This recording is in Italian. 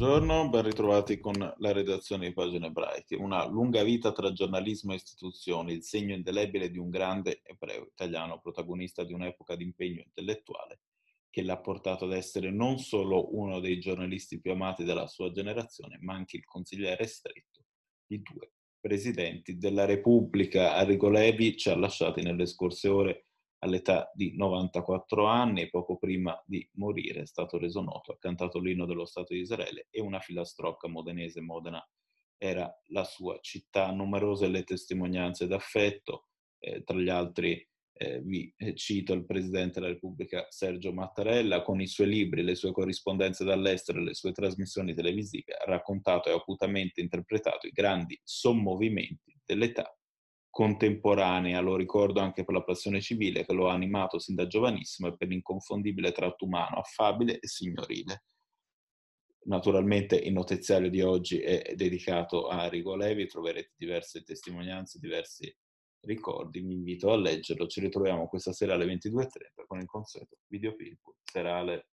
Buongiorno, ben ritrovati con la redazione di Pagine Ebraiche. Una lunga vita tra giornalismo e istituzioni, il segno indelebile di un grande ebreo italiano, protagonista di un'epoca di impegno intellettuale che l'ha portato ad essere non solo uno dei giornalisti più amati della sua generazione, ma anche il consigliere stretto di due presidenti della Repubblica. Arrigo Levi ci ha lasciati nelle scorse ore all'età di 94 anni, poco prima di morire, è stato reso noto, ha cantato l'inno dello Stato di Israele e una filastrocca modenese. Modena era la sua città. Numerose le testimonianze d'affetto, tra gli altri vi cito il Presidente della Repubblica Sergio Mattarella. Con i suoi libri, le sue corrispondenze dall'estero e le sue trasmissioni televisive ha raccontato e acutamente interpretato i grandi sommovimenti dell'età contemporanea. Lo ricordo anche per la passione civile che lo ha animato sin da giovanissimo e per l'inconfondibile tratto umano, affabile e signorile. Naturalmente il notiziario di oggi è dedicato a Arrigo Levi, troverete diverse testimonianze, diversi ricordi, vi invito a leggerlo. Ci ritroviamo questa sera alle 22:30 con il consueto video film serale.